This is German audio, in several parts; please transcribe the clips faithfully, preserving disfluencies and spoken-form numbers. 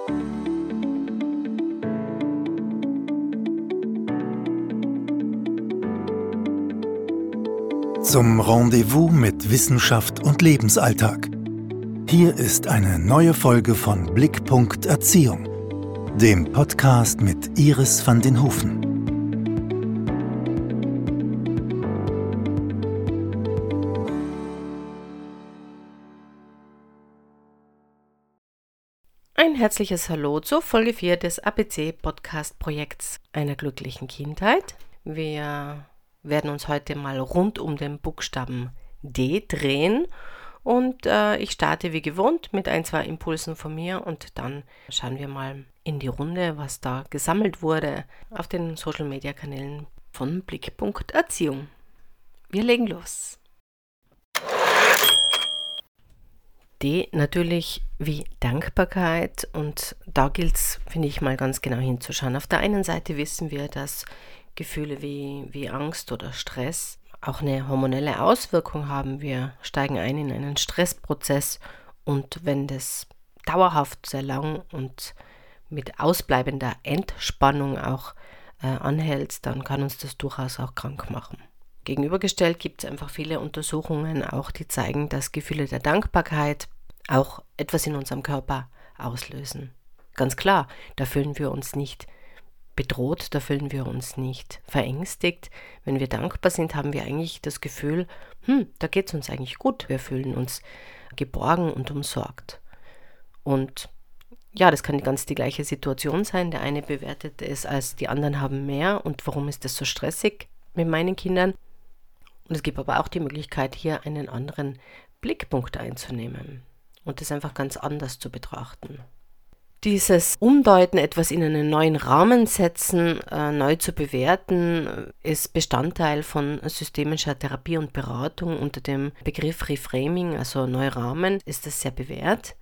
Zum Rendezvous mit Wissenschaft und Lebensalltag. Hier ist eine neue Folge von Blickpunkt Erziehung, dem Podcast mit Iris van den Hoeven. Ein herzliches Hallo zur Folge vier des A B C-Podcast-Projekts einer glücklichen Kindheit. Wir werden uns heute mal rund um den Buchstaben D drehen und äh, ich starte wie gewohnt mit ein, zwei Impulsen von mir und dann schauen wir mal in die Runde, was da gesammelt wurde auf den Social-Media-Kanälen von Blickpunkt Erziehung. Wir legen los. D natürlich wie Dankbarkeit und da gilt es, finde ich, mal ganz genau hinzuschauen. Auf der einen Seite wissen wir, dass Gefühle wie, wie Angst oder Stress auch eine hormonelle Auswirkung haben. Wir steigen ein in einen Stressprozess und wenn das dauerhaft sehr lang und mit ausbleibender Entspannung auch äh, anhält, dann kann uns das durchaus auch krank machen. Gegenübergestellt gibt es einfach viele Untersuchungen, auch die zeigen, dass Gefühle der Dankbarkeit auch etwas in unserem Körper auslösen. Ganz klar, da fühlen wir uns nicht bedroht, da fühlen wir uns nicht verängstigt. Wenn wir dankbar sind, haben wir eigentlich das Gefühl, hm, da geht es uns eigentlich gut. Wir fühlen uns geborgen und umsorgt. Und ja, das kann ganz die gleiche Situation sein. Der eine bewertet es als die anderen haben mehr und warum ist das so stressig mit meinen Kindern? Und es gibt aber auch die Möglichkeit, hier einen anderen Blickpunkt einzunehmen und das einfach ganz anders zu betrachten. Dieses Umdeuten, etwas in einen neuen Rahmen setzen, äh, neu zu bewerten, ist Bestandteil von systemischer Therapie und Beratung. Unter dem Begriff Reframing, also Neurahmen, ist das sehr bewährt.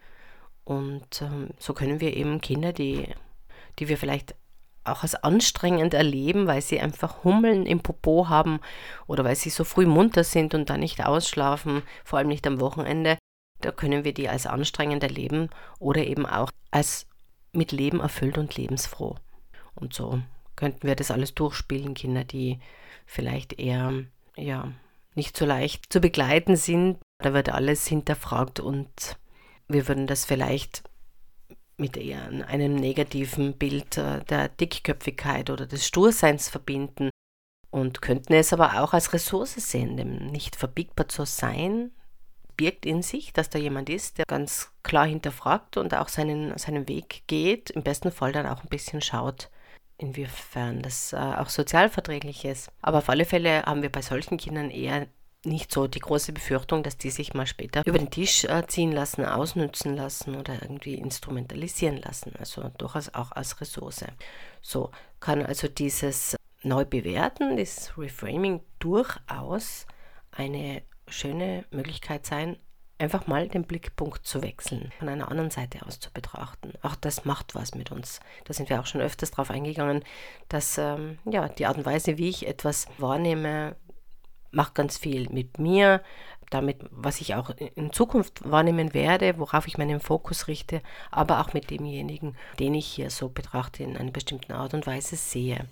Und ähm, so können wir eben Kinder, die, die wir vielleicht auch als anstrengend erleben, weil sie einfach Hummeln im Popo haben oder weil sie so früh munter sind und dann nicht ausschlafen, vor allem nicht am Wochenende, da können wir die als anstrengend erleben oder eben auch als mit Leben erfüllt und lebensfroh. Und so könnten wir das alles durchspielen, Kinder, die vielleicht eher ja, nicht so leicht zu begleiten sind. Da wird alles hinterfragt und wir würden das vielleicht mit eher einem negativen Bild der Dickköpfigkeit oder des Sturseins verbinden und könnten es aber auch als Ressource sehen, dem nicht verbiegbar zu sein, birgt in sich, dass da jemand ist, der ganz klar hinterfragt und auch seinen, seinen Weg geht, im besten Fall dann auch ein bisschen schaut, inwiefern das äh, auch sozialverträglich ist. Aber auf alle Fälle haben wir bei solchen Kindern eher nicht so die große Befürchtung, dass die sich mal später über den Tisch äh, ziehen lassen, ausnützen lassen oder irgendwie instrumentalisieren lassen, also durchaus auch als Ressource. So kann also dieses Neubewerten, dieses Reframing durchaus eine schöne Möglichkeit sein, einfach mal den Blickpunkt zu wechseln, von einer anderen Seite aus zu betrachten. Auch das macht was mit uns. Da sind wir auch schon öfters drauf eingegangen, dass ähm, ja, die Art und Weise, wie ich etwas wahrnehme, macht ganz viel mit mir, damit, was ich auch in Zukunft wahrnehmen werde, worauf ich meinen Fokus richte, aber auch mit demjenigen, den ich hier so betrachte, in einer bestimmten Art und Weise sehe.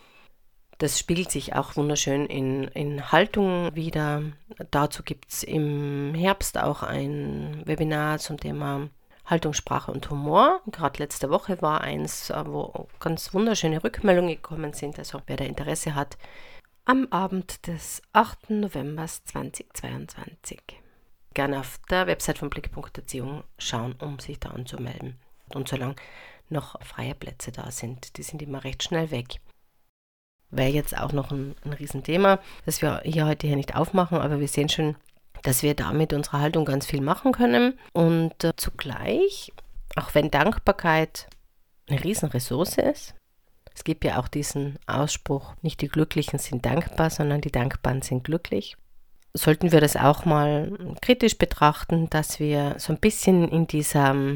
Das spiegelt sich auch wunderschön in, in Haltung wider. Dazu gibt es im Herbst auch ein Webinar zum Thema Haltung, Sprache und Humor. Gerade letzte Woche war eins, wo ganz wunderschöne Rückmeldungen gekommen sind. Also wer da Interesse hat, am Abend des achten November zweitausendzweiundzwanzig. Gerne auf der Website von Blickpunkt Erziehung schauen, um sich da anzumelden. Und solange noch freie Plätze da sind, die sind immer recht schnell weg. Wäre jetzt auch noch ein, ein Riesenthema, das wir hier heute hier nicht aufmachen, aber wir sehen schon, dass wir da mit unserer Haltung ganz viel machen können. Und äh, zugleich, auch wenn Dankbarkeit eine Riesenressource ist, es gibt ja auch diesen Ausspruch, nicht die Glücklichen sind dankbar, sondern die Dankbaren sind glücklich. Sollten wir das auch mal kritisch betrachten, dass wir so ein bisschen in dieser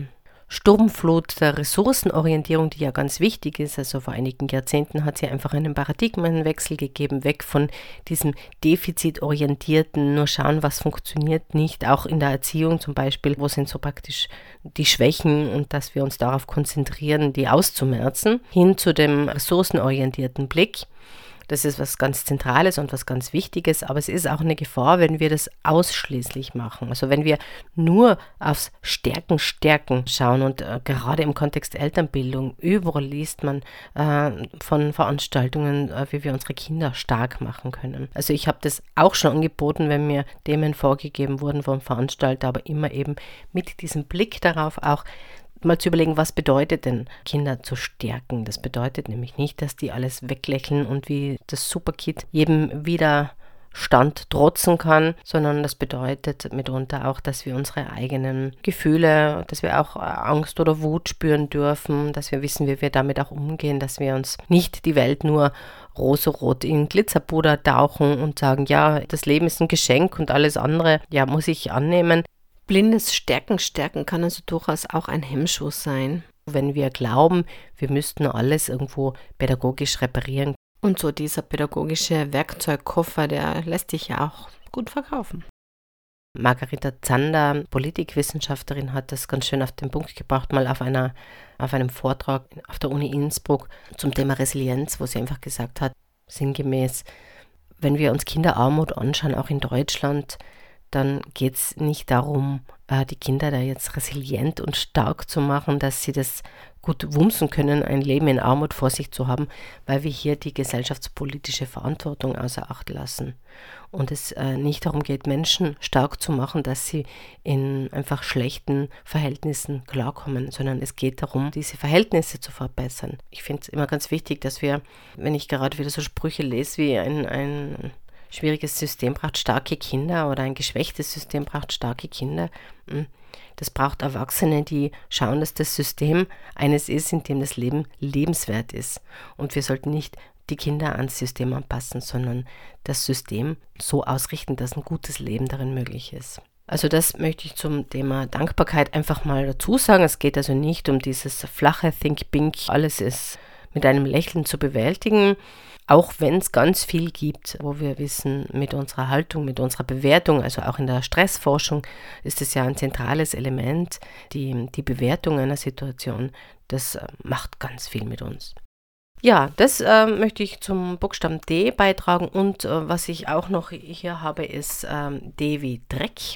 Sturmflut der Ressourcenorientierung, die ja ganz wichtig ist. Also vor einigen Jahrzehnten hat es ja einfach einen Paradigmenwechsel gegeben, weg von diesem defizitorientierten, nur schauen, was funktioniert nicht, auch in der Erziehung zum Beispiel, wo sind so praktisch die Schwächen und dass wir uns darauf konzentrieren, die auszumerzen, hin zu dem ressourcenorientierten Blick. Das ist was ganz Zentrales und was ganz Wichtiges, aber es ist auch eine Gefahr, wenn wir das ausschließlich machen. Also wenn wir nur aufs Stärken, Stärken schauen und äh, gerade im Kontext Elternbildung, überall liest man äh, von Veranstaltungen, äh, wie wir unsere Kinder stark machen können. Also ich habe das auch schon angeboten, wenn mir Themen vorgegeben wurden vom Veranstalter, aber immer eben mit diesem Blick darauf auch, mal zu überlegen, was bedeutet denn, Kinder zu stärken. Das bedeutet nämlich nicht, dass die alles weglächeln und wie das Superkid jedem Widerstand trotzen kann, sondern das bedeutet mitunter auch, dass wir unsere eigenen Gefühle, dass wir auch Angst oder Wut spüren dürfen, dass wir wissen, wie wir damit auch umgehen, dass wir uns nicht die Welt nur rosarot in Glitzerpuder tauchen und sagen, ja, das Leben ist ein Geschenk und alles andere, ja, muss ich annehmen. Blindes Stärken, Stärken kann also durchaus auch ein Hemmschuh sein, wenn wir glauben, wir müssten alles irgendwo pädagogisch reparieren. Und so dieser pädagogische Werkzeugkoffer, der lässt sich ja auch gut verkaufen. Margarita Zander, Politikwissenschaftlerin, hat das ganz schön auf den Punkt gebracht, mal auf, einer, auf einem Vortrag auf der Uni Innsbruck zum Thema Resilienz, wo sie einfach gesagt hat, sinngemäß, wenn wir uns Kinderarmut anschauen, auch in Deutschland, dann geht es nicht darum, die Kinder da jetzt resilient und stark zu machen, dass sie das gut wumsen können, ein Leben in Armut vor sich zu haben, weil wir hier die gesellschaftspolitische Verantwortung außer Acht lassen. Und es äh, nicht darum geht, Menschen stark zu machen, dass sie in einfach schlechten Verhältnissen klarkommen, sondern es geht darum, diese Verhältnisse zu verbessern. Ich finde es immer ganz wichtig, dass wir, wenn ich gerade wieder so Sprüche lese wie ein, ein schwieriges System braucht starke Kinder oder ein geschwächtes System braucht starke Kinder. Das braucht Erwachsene, die schauen, dass das System eines ist, in dem das Leben lebenswert ist. Und wir sollten nicht die Kinder ans System anpassen, sondern das System so ausrichten, dass ein gutes Leben darin möglich ist. Also das möchte ich zum Thema Dankbarkeit einfach mal dazu sagen. Es geht also nicht um dieses flache Think Pink, alles ist mit einem Lächeln zu bewältigen, auch wenn es ganz viel gibt, wo wir wissen, mit unserer Haltung, mit unserer Bewertung, also auch in der Stressforschung ist es ja ein zentrales Element, die, die Bewertung einer Situation, das äh, macht ganz viel mit uns. Ja, das äh, möchte ich zum Buchstaben D beitragen und äh, was ich auch noch hier habe, ist ähm, D wie Dreck.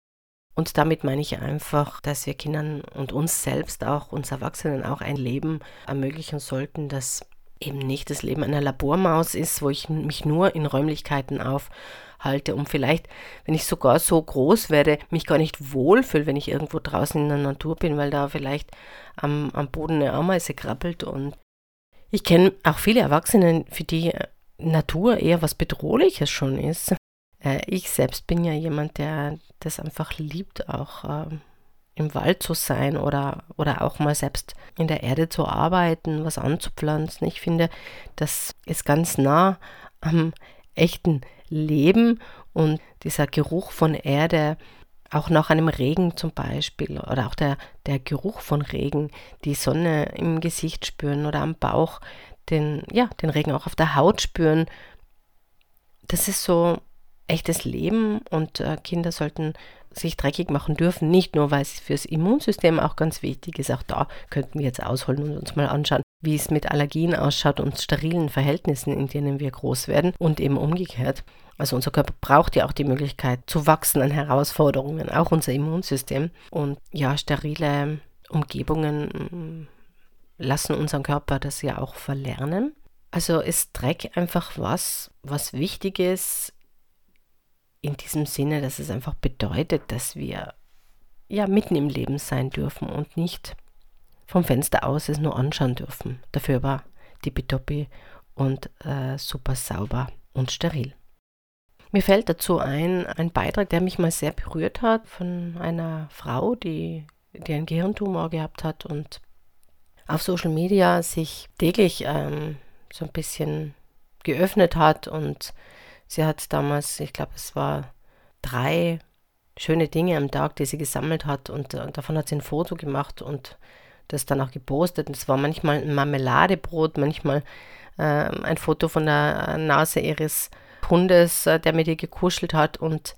Und damit meine ich einfach, dass wir Kindern und uns selbst auch, uns Erwachsenen auch ein Leben ermöglichen sollten, das eben nicht das Leben einer Labormaus ist, wo ich mich nur in Räumlichkeiten aufhalte und vielleicht, wenn ich sogar so groß werde, mich gar nicht wohlfühle, wenn ich irgendwo draußen in der Natur bin, weil da vielleicht am, am Boden eine Ameise krabbelt. Und ich kenne auch viele Erwachsene, für die Natur eher was Bedrohliches schon ist. Äh, ich selbst bin ja jemand, der das einfach liebt, auch äh, im Wald zu sein oder, oder auch mal selbst in der Erde zu arbeiten, was anzupflanzen. Ich finde, das ist ganz nah am echten Leben und dieser Geruch von Erde, auch nach einem Regen zum Beispiel oder auch der, der Geruch von Regen, die Sonne im Gesicht spüren oder am Bauch, den, ja, den Regen auch auf der Haut spüren. Das ist so echtes Leben und äh, Kinder sollten sich dreckig machen dürfen, nicht nur, weil es fürs Immunsystem auch ganz wichtig ist, auch da könnten wir jetzt ausholen und uns mal anschauen, wie es mit Allergien ausschaut und sterilen Verhältnissen, in denen wir groß werden und eben umgekehrt. Also unser Körper braucht ja auch die Möglichkeit zu wachsen an Herausforderungen, auch unser Immunsystem. Und ja, sterile Umgebungen lassen unseren Körper das ja auch verlernen. Also ist Dreck einfach was, was wichtig ist, in diesem Sinne, dass es einfach bedeutet, dass wir ja mitten im Leben sein dürfen und nicht vom Fenster aus es nur anschauen dürfen. Dafür war tippitoppi und äh, super sauber und steril. Mir fällt dazu ein, ein Beitrag, der mich mal sehr berührt hat, von einer Frau, die, die einen Gehirntumor gehabt hat und auf Social Media sich täglich ähm, so ein bisschen geöffnet hat und sie hat damals, ich glaube, es war drei schöne Dinge am Tag, die sie gesammelt hat und äh, davon hat sie ein Foto gemacht und das dann auch gepostet. Und es war manchmal ein Marmeladebrot, manchmal äh, ein Foto von der Nase ihres Hundes, äh, der mit ihr gekuschelt hat und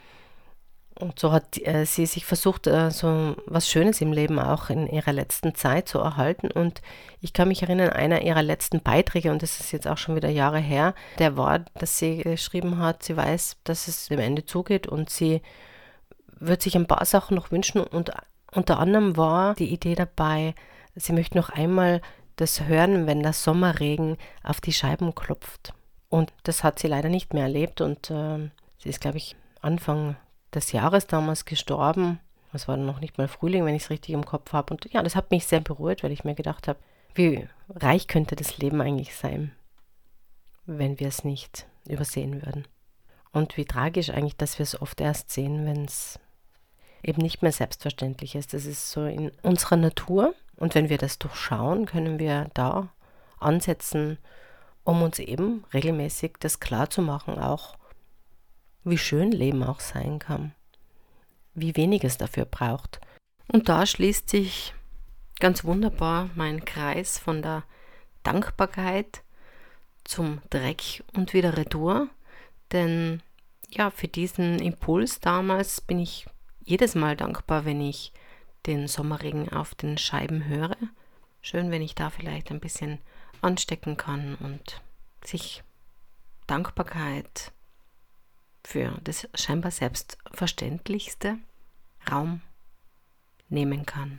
Und so hat äh, sie sich versucht, äh, so was Schönes im Leben auch in ihrer letzten Zeit zu erhalten. Und ich kann mich erinnern, einer ihrer letzten Beiträge, und das ist jetzt auch schon wieder Jahre her, der war, dass sie geschrieben hat, sie weiß, dass es dem Ende zugeht und sie wird sich ein paar Sachen noch wünschen. Und unter anderem war die Idee dabei, sie möchte noch einmal das hören, wenn der Sommerregen auf die Scheiben klopft. Und das hat sie leider nicht mehr erlebt und äh, sie ist, glaube ich, Anfang des Jahres damals gestorben. Es war noch nicht mal Frühling, wenn ich es richtig im Kopf habe. Und ja, das hat mich sehr berührt, weil ich mir gedacht habe, wie reich könnte das Leben eigentlich sein, wenn wir es nicht übersehen würden. Und wie tragisch eigentlich, dass wir es oft erst sehen, wenn es eben nicht mehr selbstverständlich ist. Das ist so in unserer Natur. Und wenn wir das durchschauen, können wir da ansetzen, um uns eben regelmäßig das klar zu machen, auch wie schön Leben auch sein kann, wie wenig es dafür braucht. Und da schließt sich ganz wunderbar mein Kreis von der Dankbarkeit zum Dreck und wieder Retour, denn ja, für diesen Impuls damals bin ich jedes Mal dankbar, wenn ich den Sommerregen auf den Scheiben höre. Schön, wenn ich da vielleicht ein bisschen anstecken kann und sich Dankbarkeit für das scheinbar Selbstverständlichste Raum nehmen kann.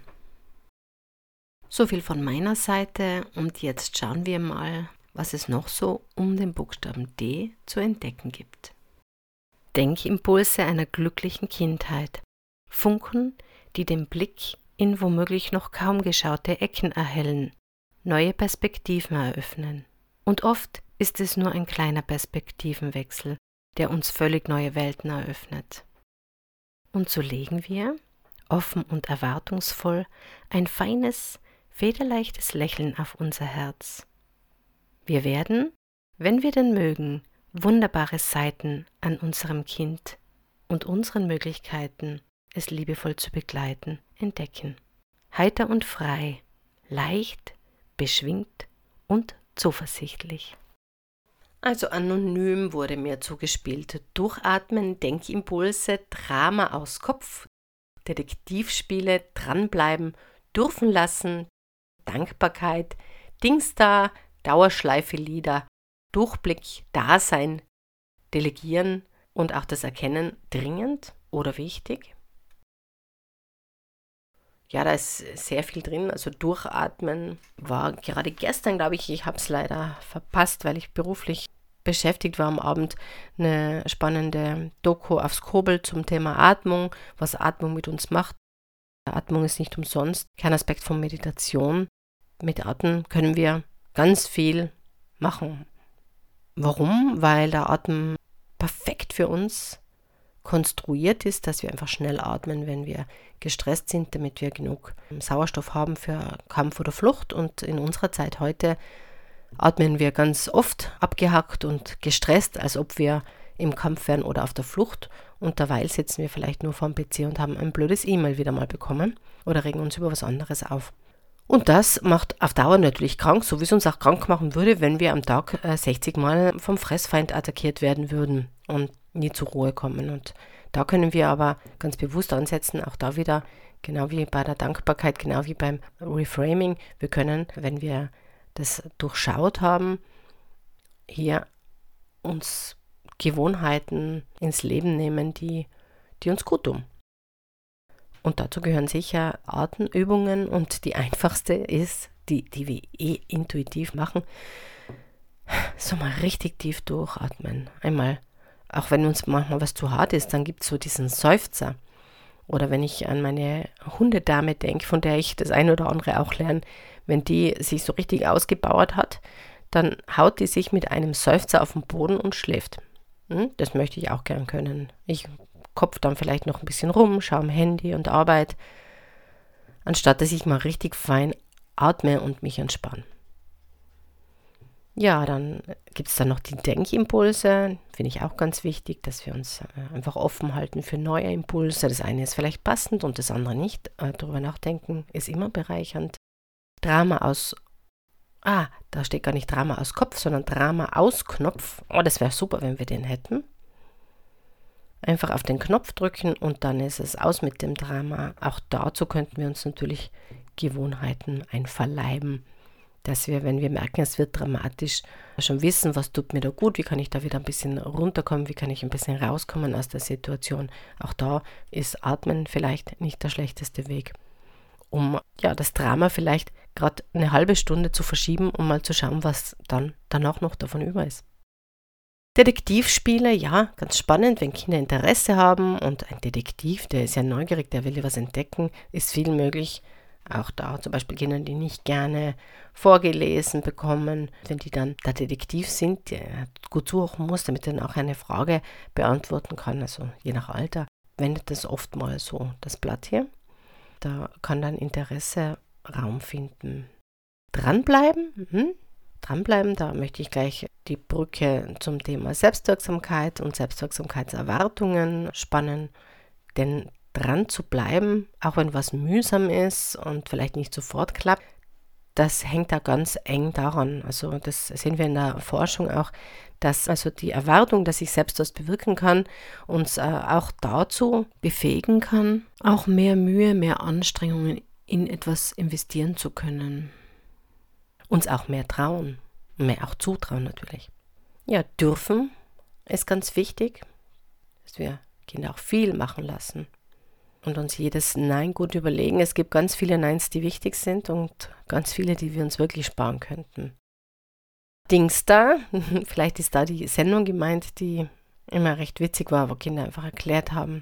So viel von meiner Seite und jetzt schauen wir mal, was es noch so um den Buchstaben D zu entdecken gibt. Denkimpulse einer glücklichen Kindheit. Funken, die den Blick in womöglich noch kaum geschaute Ecken erhellen, neue Perspektiven eröffnen. Und oft ist es nur ein kleiner Perspektivenwechsel, der uns völlig neue Welten eröffnet. Und so legen wir, offen und erwartungsvoll, ein feines, federleichtes Lächeln auf unser Herz. Wir werden, wenn wir denn mögen, wunderbare Seiten an unserem Kind und unseren Möglichkeiten, es liebevoll zu begleiten, entdecken. Heiter und frei, leicht, beschwingt und zuversichtlich. Also anonym wurde mir zugespielt. Durchatmen, Denkimpulse, Drama aus Kopf, Detektivspiele, dranbleiben, dürfen lassen, Dankbarkeit, Dingsda, Dauerschleife Lieder, Durchblick, Dasein, Delegieren und auch das Erkennen dringend oder wichtig. Ja, da ist sehr viel drin, also Durchatmen war gerade gestern, glaube ich, ich habe es leider verpasst, weil ich beruflich beschäftigt war am Abend, eine spannende Doku aufs Kobel zum Thema Atmung, was Atmung mit uns macht. Atmung ist nicht umsonst kein Aspekt von Meditation. Mit Atmen können wir ganz viel machen. Warum? Weil der Atem perfekt für uns konstruiert ist, dass wir einfach schnell atmen, wenn wir gestresst sind, damit wir genug Sauerstoff haben für Kampf oder Flucht. Und in unserer Zeit heute atmen wir ganz oft abgehackt und gestresst, als ob wir im Kampf wären oder auf der Flucht. Und derweil sitzen wir vielleicht nur vor dem P C und haben ein blödes E-Mail wieder mal bekommen oder regen uns über was anderes auf. Und das macht auf Dauer natürlich krank, so wie es uns auch krank machen würde, wenn wir am Tag äh, sechzig Mal vom Fressfeind attackiert werden würden und nie zur Ruhe kommen. Und da können wir aber ganz bewusst ansetzen, auch da wieder, genau wie bei der Dankbarkeit, genau wie beim Reframing, wir können, wenn wir das durchschaut haben, hier uns Gewohnheiten ins Leben nehmen, die, die uns gut tun. Und dazu gehören sicher Atemübungen und die einfachste ist, die, die wir eh intuitiv machen, so mal richtig tief durchatmen. Einmal, auch wenn uns manchmal was zu hart ist, dann gibt es so diesen Seufzer. Oder wenn ich an meine Hundedame denke, von der ich das ein oder andere auch lerne, wenn die sich so richtig ausgebauert hat, dann haut die sich mit einem Seufzer auf den Boden und schläft. Hm? Das möchte ich auch gern können. Ich kopf dann vielleicht noch ein bisschen rum, schaue am Handy und Arbeit, anstatt dass ich mal richtig fein atme und mich entspanne. Ja, dann gibt es dann noch die Denkimpulse, finde ich auch ganz wichtig, dass wir uns äh, einfach offen halten für neue Impulse. Das eine ist vielleicht passend und das andere nicht. Äh, darüber nachdenken ist immer bereichernd. Drama aus, ah, da steht gar nicht Drama aus Kopf, sondern Drama aus Knopf. Oh, das wäre super, wenn wir den hätten. Einfach auf den Knopf drücken und dann ist es aus mit dem Drama. Auch dazu könnten wir uns natürlich Gewohnheiten einverleiben, dass wir, wenn wir merken, es wird dramatisch, schon wissen, was tut mir da gut, wie kann ich da wieder ein bisschen runterkommen, wie kann ich ein bisschen rauskommen aus der Situation. Auch da ist Atmen vielleicht nicht der schlechteste Weg, um ja das Drama vielleicht gerade eine halbe Stunde zu verschieben, um mal zu schauen, was dann danach noch davon über ist. Detektivspiele, ja, ganz spannend, wenn Kinder Interesse haben und ein Detektiv, der ist ja neugierig, der will ja was entdecken, ist viel möglich. Auch da zum Beispiel Kinder, die nicht gerne vorgelesen bekommen, wenn die dann der Detektiv sind, der gut zuhören muss, damit er dann auch eine Frage beantworten kann, also je nach Alter, wendet das oft mal so das Blatt hier. Da kann dann Interesse Raum finden. Dranbleiben, mhm. Dranbleiben, da möchte ich gleich die Brücke zum Thema Selbstwirksamkeit und Selbstwirksamkeitserwartungen spannen, denn dran zu bleiben, auch wenn was mühsam ist und vielleicht nicht sofort klappt, das hängt da ganz eng daran. Also das sehen wir in der Forschung auch, dass also die Erwartung, dass ich selbst was bewirken kann, uns äh, auch dazu befähigen kann, auch mehr Mühe, mehr Anstrengungen in etwas investieren zu können. Uns auch mehr trauen, mehr auch zutrauen natürlich. Ja, dürfen ist ganz wichtig, dass wir Kinder auch viel machen lassen. Und uns jedes Nein gut überlegen. Es gibt ganz viele Neins, die wichtig sind und ganz viele, die wir uns wirklich sparen könnten. Dingsda, vielleicht ist da die Sendung gemeint, die immer recht witzig war, wo Kinder einfach erklärt haben,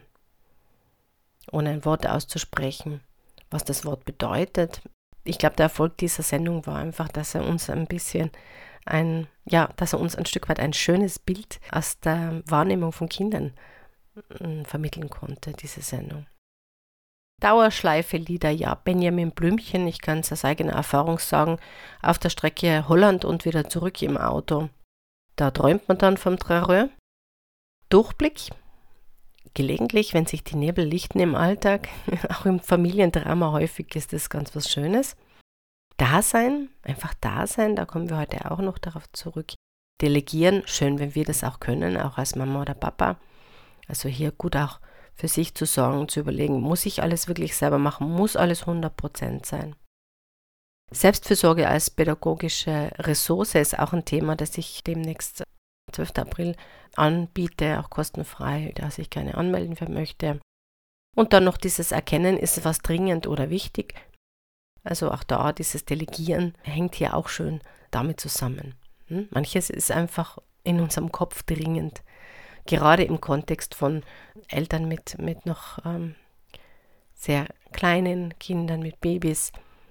ohne ein Wort auszusprechen, was das Wort bedeutet. Ich glaube, der Erfolg dieser Sendung war einfach, dass er uns ein bisschen ein, ja, dass er uns ein Stück weit ein schönes Bild aus der Wahrnehmung von Kindern äh, vermitteln konnte, diese Sendung. Dauerschleife-Lieder, ja, Benjamin Blümchen, ich kann es aus eigener Erfahrung sagen, auf der Strecke Holland und wieder zurück im Auto. Da träumt man dann vom Trareur. Durchblick, gelegentlich, wenn sich die Nebel lichten im Alltag, auch im Familiendrama häufig ist das ganz was Schönes. Dasein, einfach Dasein, da kommen wir heute auch noch darauf zurück. Delegieren, schön, wenn wir das auch können, auch als Mama oder Papa. Also hier gut auch für sich zu sorgen, zu überlegen, muss ich alles wirklich selber machen, muss alles hundert Prozent sein. Selbstfürsorge als pädagogische Ressource ist auch ein Thema, das ich demnächst zwölften April anbiete, auch kostenfrei, dass ich gerne anmelden möchte. Und dann noch dieses Erkennen, ist was dringend oder wichtig. Also auch da, dieses Delegieren hängt hier auch schön damit zusammen. Hm? Manches ist einfach in unserem Kopf dringend. Gerade im Kontext von Eltern mit, mit noch ähm, sehr kleinen Kindern, mit Babys,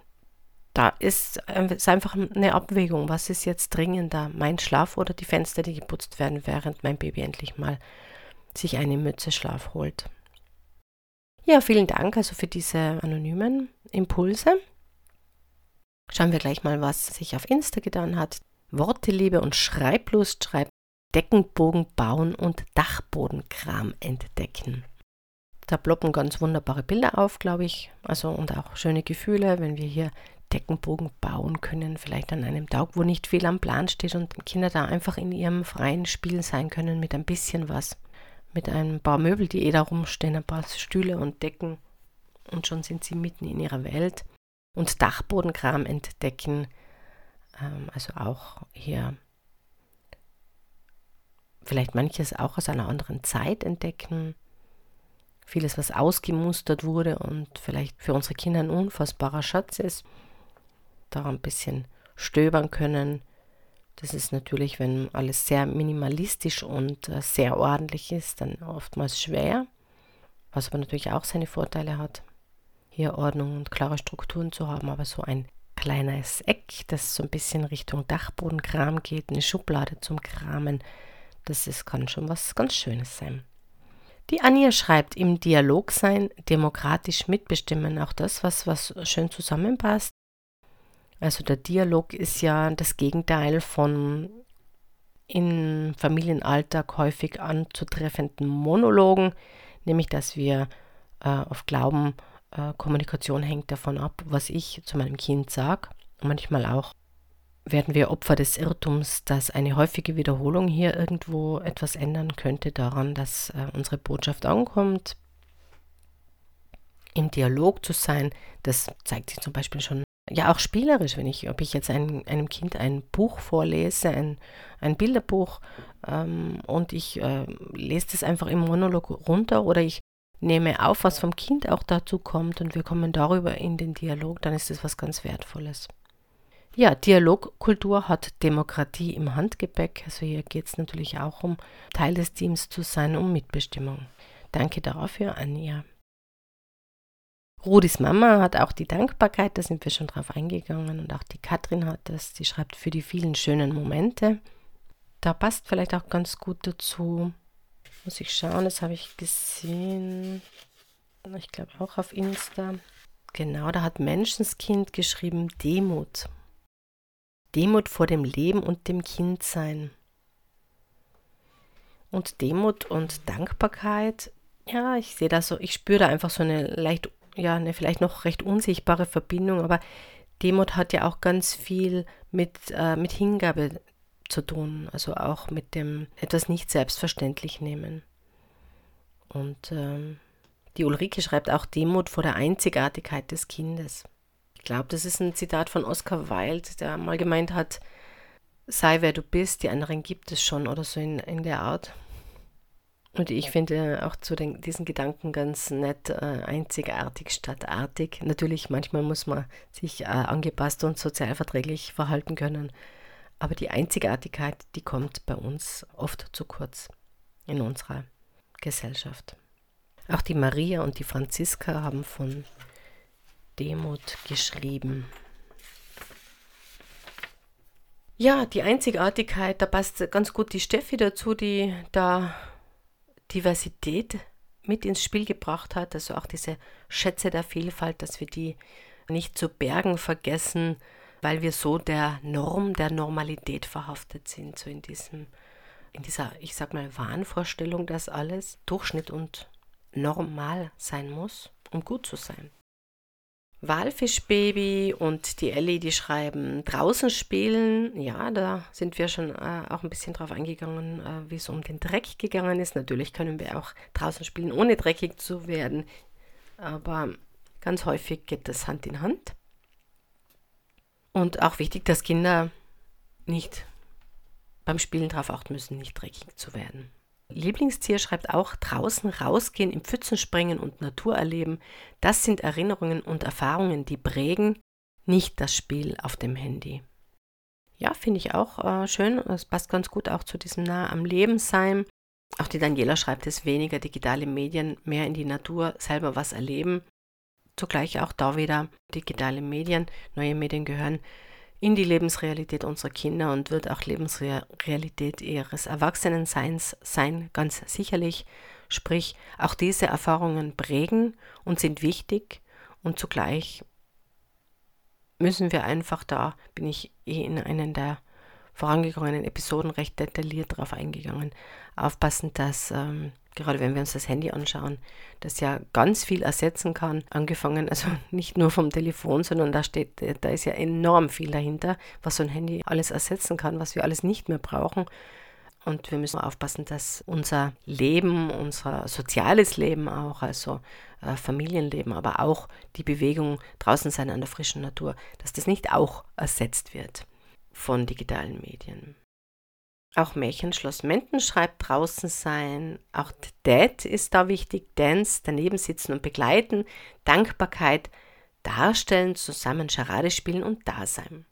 da ist es einfach eine Abwägung, was ist jetzt dringender, mein Schlaf oder die Fenster, die geputzt werden, während mein Baby endlich mal sich eine Mütze Schlaf holt. Ja, vielen Dank also für diese anonymen Impulse. Schauen wir gleich mal, was sich auf Insta getan hat. Worteliebe und Schreiblust schreibt Deckenbogen bauen und Dachbodenkram entdecken. Da ploppen ganz wunderbare Bilder auf, glaube ich. Also und auch schöne Gefühle, wenn wir hier Deckenbogen bauen können, vielleicht an einem Tag, wo nicht viel am Plan steht und Kinder da einfach in ihrem freien Spiel sein können mit ein bisschen was. Mit ein paar Möbel, die eh da rumstehen, ein paar Stühle und Decken und schon sind sie mitten in ihrer Welt. Und Dachbodenkram entdecken, ähm, also auch hier vielleicht manches auch aus einer anderen Zeit entdecken. Vieles, was ausgemustert wurde und vielleicht für unsere Kinder ein unfassbarer Schatz ist. Da ein bisschen stöbern können. Das ist natürlich, wenn alles sehr minimalistisch und äh, sehr ordentlich ist, dann oftmals schwer. Was aber natürlich auch seine Vorteile hat, hier Ordnung und klare Strukturen zu haben. Aber so ein kleines Eck, das so ein bisschen Richtung Dachbodenkram geht, eine Schublade zum Kramen, das ist, kann schon was ganz Schönes sein. Die Anja schreibt, im Dialog sein, demokratisch mitbestimmen, auch das, was, was schön zusammenpasst. Also der Dialog ist ja das Gegenteil von im Familienalltag häufig anzutreffenden Monologen, nämlich dass wir äh, oft glauben, äh, Kommunikation hängt davon ab, was ich zu meinem Kind sage. Manchmal auch werden wir Opfer des Irrtums, dass eine häufige Wiederholung hier irgendwo etwas ändern könnte daran, dass äh, unsere Botschaft ankommt. Im Dialog zu sein, das zeigt sich zum Beispiel schon, ja auch spielerisch, wenn ich, ob ich jetzt ein, einem Kind ein Buch vorlese, ein, ein Bilderbuch ähm, und ich äh, lese das einfach im Monolog runter oder ich nehme auf, was vom Kind auch dazu kommt und wir kommen darüber in den Dialog, dann ist das was ganz Wertvolles. Ja, Dialogkultur hat Demokratie im Handgepäck, also hier geht es natürlich auch um Teil des Teams zu sein, um Mitbestimmung. Danke dafür, Anja. Rudis Mama hat auch die Dankbarkeit, da sind wir schon drauf eingegangen und auch die Katrin hat das, die schreibt für die vielen schönen Momente. Da passt vielleicht auch ganz gut dazu, muss ich schauen, das habe ich gesehen, ich glaube auch auf Insta. Genau, da hat Menschenskind geschrieben, Demut. Demut vor dem Leben und dem Kindsein. Und Demut und Dankbarkeit, ja, ich sehe da so, ich spüre da einfach so eine leicht ja, eine vielleicht noch recht unsichtbare Verbindung, aber Demut hat ja auch ganz viel mit, äh, mit Hingabe zu tun, also auch mit dem etwas nicht selbstverständlich nehmen. Und ähm, die Ulrike schreibt auch Demut vor der Einzigartigkeit des Kindes. Ich glaube, das ist ein Zitat von Oscar Wilde, der mal gemeint hat, sei wer du bist, die anderen gibt es schon oder so in, in der Art. Und ich finde auch zu den, diesen Gedanken ganz nett, äh, einzigartig statt artig. Natürlich, manchmal muss man sich äh, angepasst und sozialverträglich verhalten können. Aber die Einzigartigkeit, die kommt bei uns oft zu kurz in unserer Gesellschaft. Auch die Maria und die Franziska haben von Demut geschrieben. Ja, die Einzigartigkeit, da passt ganz gut die Steffi dazu, die da Diversität mit ins Spiel gebracht hat, also auch diese Schätze der Vielfalt, dass wir die nicht zu bergen vergessen, weil wir so der Norm, der Normalität verhaftet sind, so in diesem, in dieser, ich sag mal, Wahnvorstellung, dass alles Durchschnitt und normal sein muss, um gut zu sein. Walfischbaby und die Elli, die schreiben, draußen spielen, ja, da sind wir schon äh, auch ein bisschen drauf eingegangen, äh, wie es um den Dreck gegangen ist. Natürlich können wir auch draußen spielen, ohne dreckig zu werden, aber ganz häufig geht das Hand in Hand. Und auch wichtig, dass Kinder nicht beim Spielen darauf achten müssen, nicht dreckig zu werden. Lieblingstier schreibt auch, draußen rausgehen, im Pfützen springen und Natur erleben, das sind Erinnerungen und Erfahrungen, die prägen, nicht das Spiel auf dem Handy. Ja, finde ich auch äh, schön, es passt ganz gut auch zu diesem nah am Leben sein. Auch die Daniela schreibt es, weniger digitale Medien, mehr in die Natur, selber was erleben. Zugleich auch da wieder digitale Medien, neue Medien gehören in die Lebensrealität unserer Kinder und wird auch Lebensrealität ihres Erwachsenenseins sein, ganz sicherlich. Sprich, auch diese Erfahrungen prägen und sind wichtig und zugleich müssen wir einfach, da bin ich eh in einen der vorangegangenen Episoden recht detailliert darauf eingegangen, aufpassen, dass ähm, gerade wenn wir uns das Handy anschauen, das ja ganz viel ersetzen kann, angefangen, also nicht nur vom Telefon, sondern da steht, da ist ja enorm viel dahinter, was so ein Handy alles ersetzen kann, was wir alles nicht mehr brauchen. Und wir müssen aufpassen, dass unser Leben, unser soziales Leben auch, also äh, Familienleben, aber auch die Bewegung draußen sein an der frischen Natur, dass das nicht auch ersetzt wird von digitalen Medien. Auch Märchenschloss Menden schreibt, draußen sein. Auch Dad ist da wichtig. Dance, daneben sitzen und begleiten. Dankbarkeit, darstellen, zusammen Charade spielen und da sein.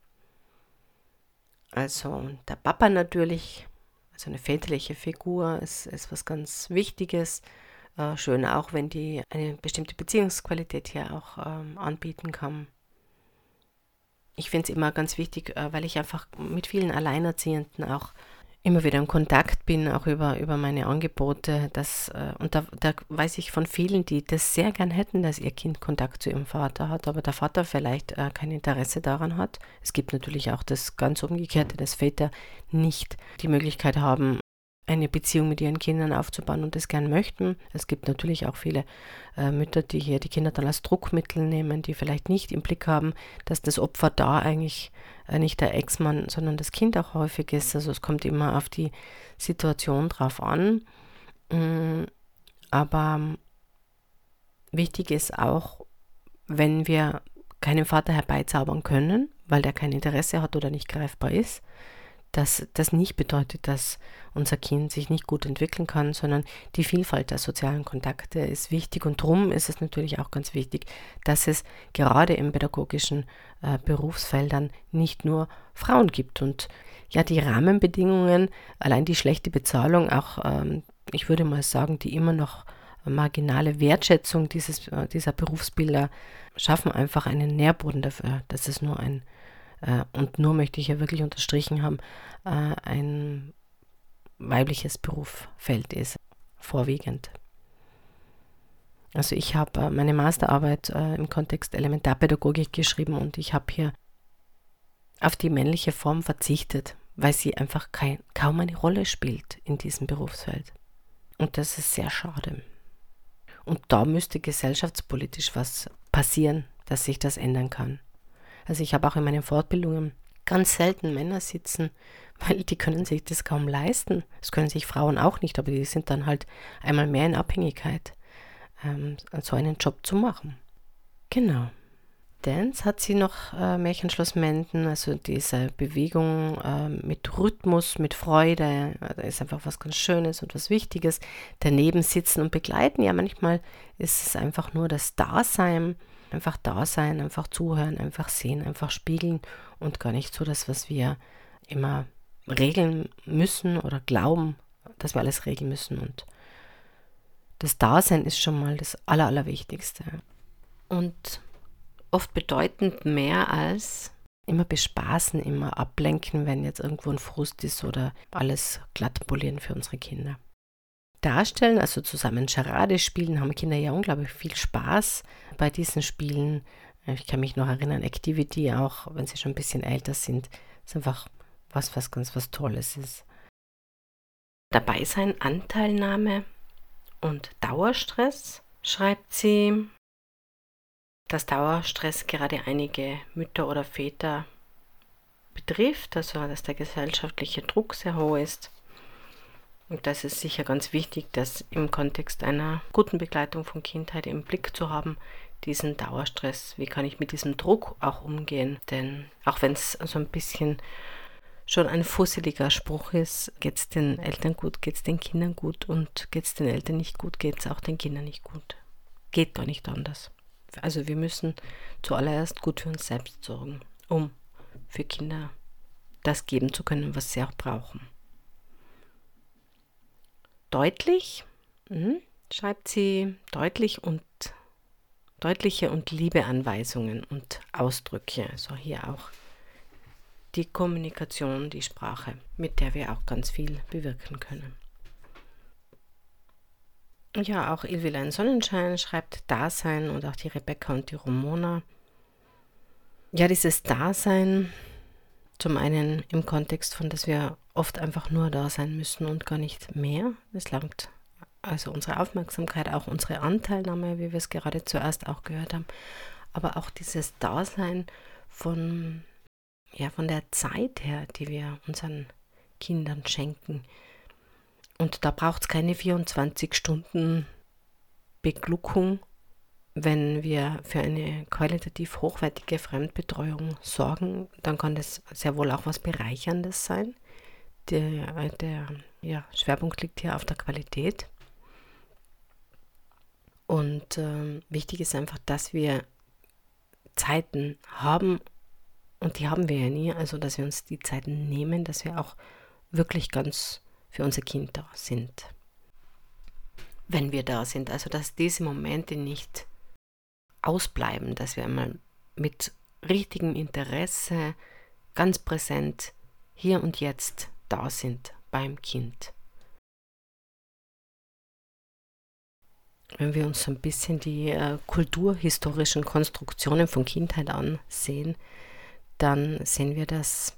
Also der Papa natürlich, also eine väterliche Figur, ist, ist was ganz Wichtiges. Äh, schön auch, wenn die eine bestimmte Beziehungsqualität hier auch ähm, anbieten kann. Ich finde es immer ganz wichtig, äh, weil ich einfach mit vielen Alleinerziehenden auch immer wieder in Kontakt bin, auch über, über meine Angebote. Das, äh, und da, da weiß ich von vielen, die das sehr gern hätten, dass ihr Kind Kontakt zu ihrem Vater hat, aber der Vater vielleicht äh, kein Interesse daran hat. Es gibt natürlich auch das ganz Umgekehrte, dass Väter nicht die Möglichkeit haben, eine Beziehung mit ihren Kindern aufzubauen und das gern möchten. Es gibt natürlich auch viele äh, Mütter, die hier die Kinder dann als Druckmittel nehmen, die vielleicht nicht im Blick haben, dass das Opfer da eigentlich äh, nicht der Ex-Mann, sondern das Kind auch häufig ist. Also es kommt immer auf die Situation drauf an. Mm, aber wichtig ist auch, wenn wir keinen Vater herbeizaubern können, weil der kein Interesse hat oder nicht greifbar ist, dass das nicht bedeutet, dass unser Kind sich nicht gut entwickeln kann, sondern die Vielfalt der sozialen Kontakte ist wichtig und darum ist es natürlich auch ganz wichtig, dass es gerade in pädagogischen äh, Berufsfeldern nicht nur Frauen gibt und ja, die Rahmenbedingungen, allein die schlechte Bezahlung, auch ähm, ich würde mal sagen, die immer noch marginale Wertschätzung dieses, äh, dieser Berufsbilder schaffen einfach einen Nährboden dafür, dass es nur ein und nur möchte ich ja wirklich unterstrichen haben, ein weibliches Berufsfeld ist, vorwiegend. Also ich habe meine Masterarbeit im Kontext Elementarpädagogik geschrieben und ich habe hier auf die männliche Form verzichtet, weil sie einfach kein, kaum eine Rolle spielt in diesem Berufsfeld. Und das ist sehr schade. Und da müsste gesellschaftspolitisch was passieren, dass sich das ändern kann. Also ich habe auch in meinen Fortbildungen ganz selten Männer sitzen, weil die können sich das kaum leisten. Das können sich Frauen auch nicht, aber die sind dann halt einmal mehr in Abhängigkeit, ähm, so einen Job zu machen. Genau. Dance hat sie noch äh, Märchenschloss Menden, also diese Bewegung äh, mit Rhythmus, mit Freude, da ist einfach was ganz Schönes und was Wichtiges. Daneben sitzen und begleiten, ja manchmal ist es einfach nur das Dasein, einfach da sein, einfach zuhören, einfach sehen, einfach spiegeln und gar nicht so das, was wir immer regeln müssen oder glauben, dass wir alles regeln müssen. Und das Dasein ist schon mal das Aller, Allerwichtigste. Und oft bedeutend mehr als immer bespaßen, immer ablenken, wenn jetzt irgendwo ein Frust ist oder alles glatt polieren für unsere Kinder. Darstellen, also zusammen Charade spielen, haben Kinder ja unglaublich viel Spaß bei diesen Spielen. Ich kann mich noch erinnern, Activity auch, wenn sie schon ein bisschen älter sind, ist einfach was, was ganz was Tolles ist. Dabei sein, Anteilnahme und Dauerstress, schreibt sie, dass Dauerstress gerade einige Mütter oder Väter betrifft, also dass der gesellschaftliche Druck sehr hoch ist. Und das ist sicher ganz wichtig, das im Kontext einer guten Begleitung von Kindheit im Blick zu haben, diesen Dauerstress. Wie kann ich mit diesem Druck auch umgehen? Denn auch wenn es so ein bisschen schon ein fusseliger Spruch ist, geht es den Eltern gut, geht es den Kindern gut und geht es den Eltern nicht gut, geht es auch den Kindern nicht gut. Geht gar nicht anders. Also wir müssen zuallererst gut für uns selbst sorgen, um für Kinder das geben zu können, was sie auch brauchen. Deutlich, mh, schreibt sie, deutlich und deutliche und liebe Anweisungen und Ausdrücke. Also hier auch die Kommunikation, die Sprache, mit der wir auch ganz viel bewirken können. Ja, auch Ilvilein Sonnenschein schreibt Dasein und auch die Rebecca und die Romona. Ja, dieses Dasein, zum einen im Kontext von, dass wir oft einfach nur da sein müssen und gar nicht mehr. Es langt also unsere Aufmerksamkeit, auch unsere Anteilnahme, wie wir es gerade zuerst auch gehört haben, aber auch dieses Dasein von, ja, von der Zeit her, die wir unseren Kindern schenken. Und da braucht es keine vierundzwanzig Stunden Begluckung, wenn wir für eine qualitativ hochwertige Fremdbetreuung sorgen, dann kann das sehr wohl auch was Bereicherndes sein. Der, der ja, Schwerpunkt liegt hier auf der Qualität. Und äh, wichtig ist einfach, dass wir Zeiten haben, und die haben wir ja nie, also dass wir uns die Zeiten nehmen, dass wir auch wirklich ganz für unser Kind da sind. Wenn wir da sind, also dass diese Momente nicht ausbleiben, dass wir einmal mit richtigem Interesse ganz präsent hier und jetzt da sind, beim Kind. Wenn wir uns so ein bisschen die äh, kulturhistorischen Konstruktionen von Kindheit ansehen, dann sehen wir, dass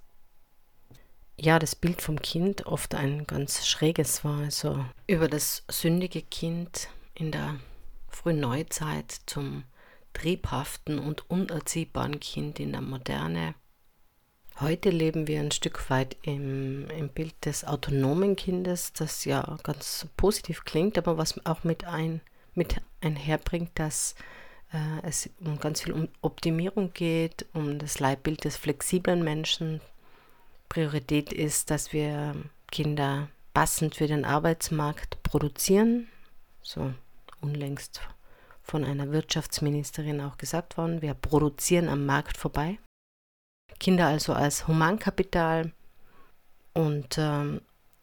ja, das Bild vom Kind oft ein ganz schräges war. Also über das sündige Kind in der frühen Neuzeit zum triebhaften und unerziehbaren Kind in der Moderne. Heute leben wir ein Stück weit im, im Bild des autonomen Kindes, das ja ganz positiv klingt, aber was auch mit, ein, mit einherbringt, dass äh, es um ganz viel um Optimierung geht, um das Leitbild des flexiblen Menschen. Priorität ist, dass wir Kinder passend für den Arbeitsmarkt produzieren, so unlängst von einer Wirtschaftsministerin auch gesagt worden, wir produzieren am Markt vorbei. Kinder also als Humankapital und ähm,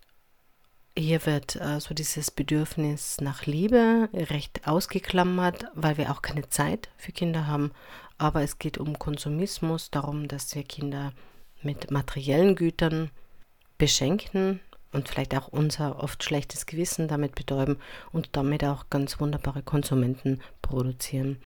hier wird äh, so dieses Bedürfnis nach Liebe recht ausgeklammert, weil wir auch keine Zeit für Kinder haben, aber es geht um Konsumismus, darum, dass wir Kinder mit materiellen Gütern beschenken und vielleicht auch unser oft schlechtes Gewissen damit betäuben und damit auch ganz wunderbare Konsumenten produzieren.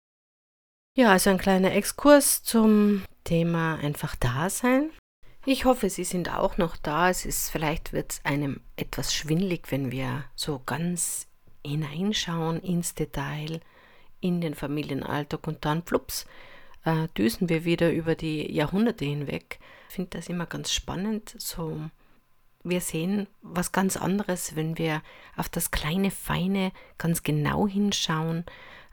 Ja, also ein kleiner Exkurs zum Thema einfach Dasein. Ich hoffe, Sie sind auch noch da. Es ist, vielleicht wird es einem etwas schwindelig, wenn wir so ganz hineinschauen ins Detail, in den Familienalltag und dann plups, äh, düsen wir wieder über die Jahrhunderte hinweg. Ich finde das immer ganz spannend. So, wir sehen was ganz anderes, wenn wir auf das kleine, feine ganz genau hinschauen,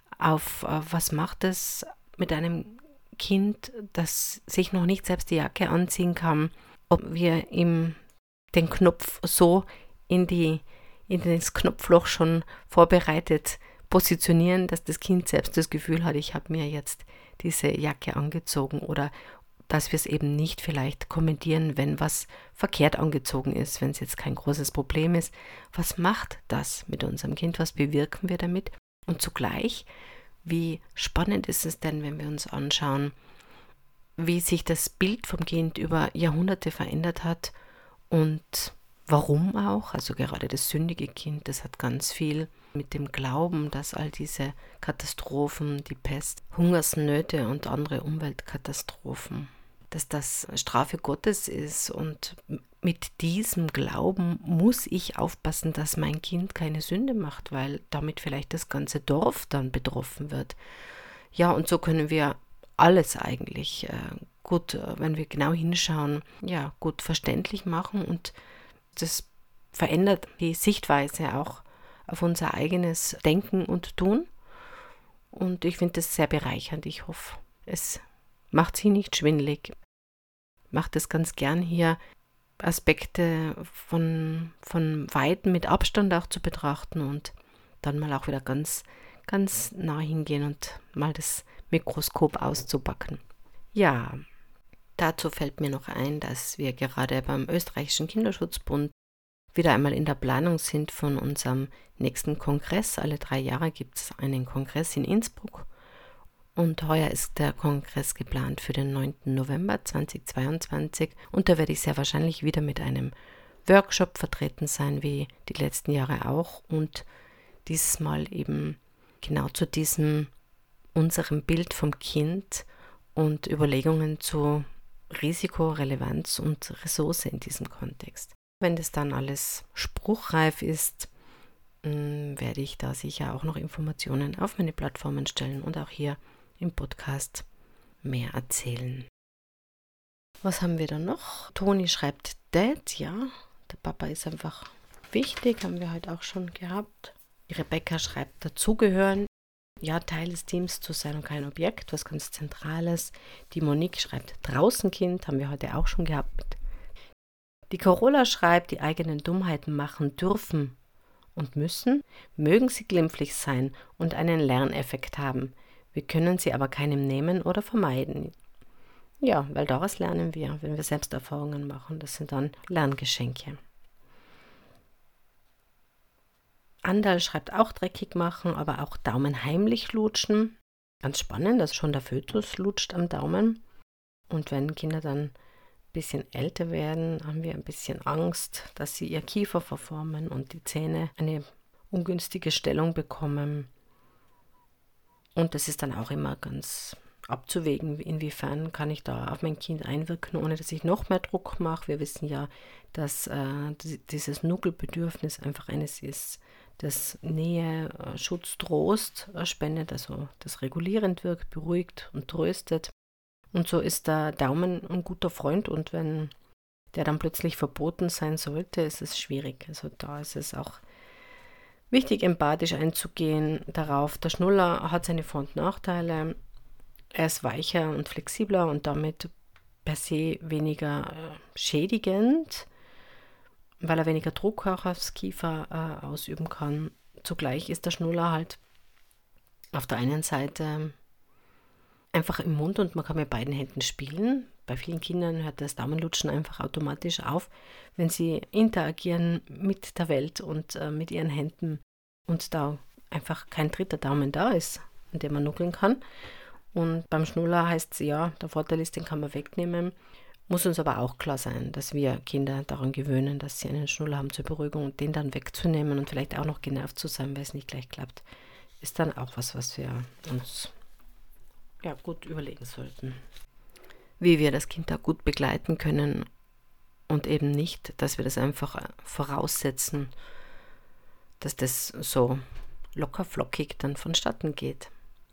auf äh, was macht es mit einem Kind, das sich noch nicht selbst die Jacke anziehen kann, ob wir ihm den Knopf so in, die, in das Knopfloch schon vorbereitet positionieren, dass das Kind selbst das Gefühl hat, ich habe mir jetzt diese Jacke angezogen, oder dass wir es eben nicht vielleicht kommentieren, wenn was verkehrt angezogen ist, wenn es jetzt kein großes Problem ist. Was macht das mit unserem Kind? Was bewirken wir damit? Und zugleich, wie spannend ist es denn, wenn wir uns anschauen, wie sich das Bild vom Kind über Jahrhunderte verändert hat und warum auch. Also gerade das sündige Kind, das hat ganz viel mit dem Glauben, dass all diese Katastrophen, die Pest, Hungersnöte und andere Umweltkatastrophen, dass das Strafe Gottes ist, und mit diesem Glauben muss ich aufpassen, dass mein Kind keine Sünde macht, weil damit vielleicht das ganze Dorf dann betroffen wird. Ja, und so können wir alles eigentlich äh, gut, äh, wenn wir genau hinschauen, ja, gut verständlich machen, und das verändert die Sichtweise auch auf unser eigenes Denken und Tun. Und ich finde das sehr bereichernd. Ich hoffe, es macht Sie nicht schwindelig. Macht es ganz gern, hier Aspekte von, von Weitem mit Abstand auch zu betrachten und dann mal auch wieder ganz, ganz nah hingehen und mal das Mikroskop auszupacken. Ja, dazu fällt mir noch ein, dass wir gerade beim Österreichischen Kinderschutzbund wieder einmal in der Planung sind von unserem nächsten Kongress. Alle drei Jahre gibt es einen Kongress in Innsbruck. Und heuer ist der Kongress geplant für den neunten November zweitausendzweiundzwanzig. Und da werde ich sehr wahrscheinlich wieder mit einem Workshop vertreten sein, wie die letzten Jahre auch. Und dieses Mal eben genau zu diesem, unserem Bild vom Kind und Überlegungen zu Risiko, Relevanz und Ressource in diesem Kontext. Wenn das dann alles spruchreif ist, werde ich da sicher auch noch Informationen auf meine Plattformen stellen und auch hier im Podcast mehr erzählen. Was haben wir da noch? Toni schreibt Dad, ja, der Papa ist einfach wichtig, haben wir heute auch schon gehabt. Die Rebecca schreibt dazugehören, ja, Teil des Teams zu sein und kein Objekt, was ganz Zentrales. Die Monique schreibt Draußenkind, haben wir heute auch schon gehabt. Die Carola schreibt, die eigenen Dummheiten machen dürfen und müssen, mögen sie glimpflich sein und einen Lerneffekt haben. Wir können sie aber keinem nehmen oder vermeiden. Ja, weil daraus lernen wir, wenn wir Selbsterfahrungen machen. Das sind dann Lerngeschenke. Andal schreibt auch dreckig machen, aber auch Daumen heimlich lutschen. Ganz spannend, dass schon der Fötus lutscht am Daumen. Und wenn Kinder dann bisschen älter werden, haben wir ein bisschen Angst, dass sie ihr Kiefer verformen und die Zähne eine ungünstige Stellung bekommen. Und das ist dann auch immer ganz abzuwägen, inwiefern kann ich da auf mein Kind einwirken, ohne dass ich noch mehr Druck mache. Wir wissen ja, dass äh, dieses Nuckelbedürfnis einfach eines ist, das Nähe, äh, Schutz, Trost äh, spendet, also das regulierend wirkt, beruhigt und tröstet. Und so ist der Daumen ein guter Freund, und wenn der dann plötzlich verboten sein sollte, ist es schwierig. Also da ist es auch wichtig, empathisch einzugehen darauf. Der Schnuller hat seine Vor- und Nachteile. Er ist weicher und flexibler und damit per se weniger äh, schädigend, weil er weniger Druck auch aufs Kiefer äh, ausüben kann. Zugleich ist der Schnuller halt auf der einen Seite einfach im Mund und man kann mit beiden Händen spielen. Bei vielen Kindern hört das Daumenlutschen einfach automatisch auf, wenn sie interagieren mit der Welt und äh, mit ihren Händen und da einfach kein dritter Daumen da ist, an dem man nuckeln kann. Und beim Schnuller heißt es ja, der Vorteil ist, den kann man wegnehmen. Muss uns aber auch klar sein, dass wir Kinder daran gewöhnen, dass sie einen Schnuller haben zur Beruhigung, und den dann wegzunehmen und vielleicht auch noch genervt zu sein, weil es nicht gleich klappt, ist dann auch was, was wir uns ja, gut überlegen sollten. Wie wir das Kind da gut begleiten können und eben nicht, dass wir das einfach voraussetzen, dass das so locker flockig dann vonstatten geht.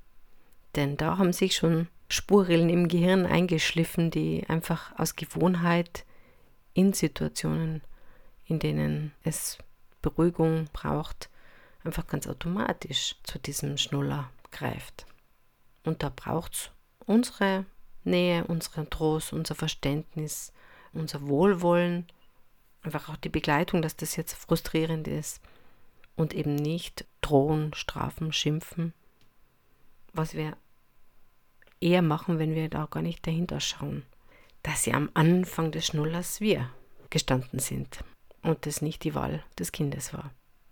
Denn da haben sich schon Spurrillen im Gehirn eingeschliffen, die einfach aus Gewohnheit in Situationen, in denen es Beruhigung braucht, einfach ganz automatisch zu diesem Schnuller greift. Und da braucht es unsere Nähe, unseren Trost, unser Verständnis, unser Wohlwollen, einfach auch die Begleitung, dass das jetzt frustrierend ist und eben nicht drohen, strafen, schimpfen, was wir eher machen, wenn wir da gar nicht dahinter schauen, dass sie am Anfang des Schnullers wir gestanden sind und das nicht die Wahl des Kindes war.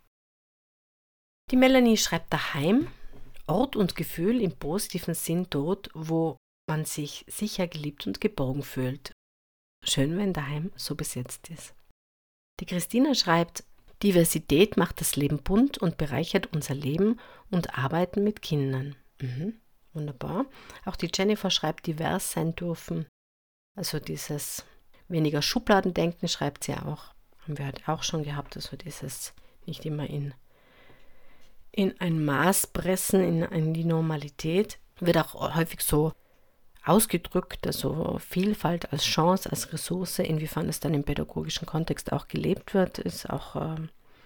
Die Melanie schreibt daheim: Ort und Gefühl im positiven Sinn dort, wo man sich sicher, geliebt und geborgen fühlt. Schön, wenn daheim so besetzt ist. Die Christina schreibt: Diversität macht das Leben bunt und bereichert unser Leben und Arbeiten mit Kindern. Mhm, wunderbar. Auch die Jennifer schreibt: divers sein dürfen. Also dieses weniger Schubladendenken schreibt sie auch. Haben wir halt auch schon gehabt, also dieses nicht immer in in ein Maß pressen, in, in die Normalität, wird auch häufig so ausgedrückt, also Vielfalt als Chance, als Ressource. Inwiefern es dann im pädagogischen Kontext auch gelebt wird, ist auch äh,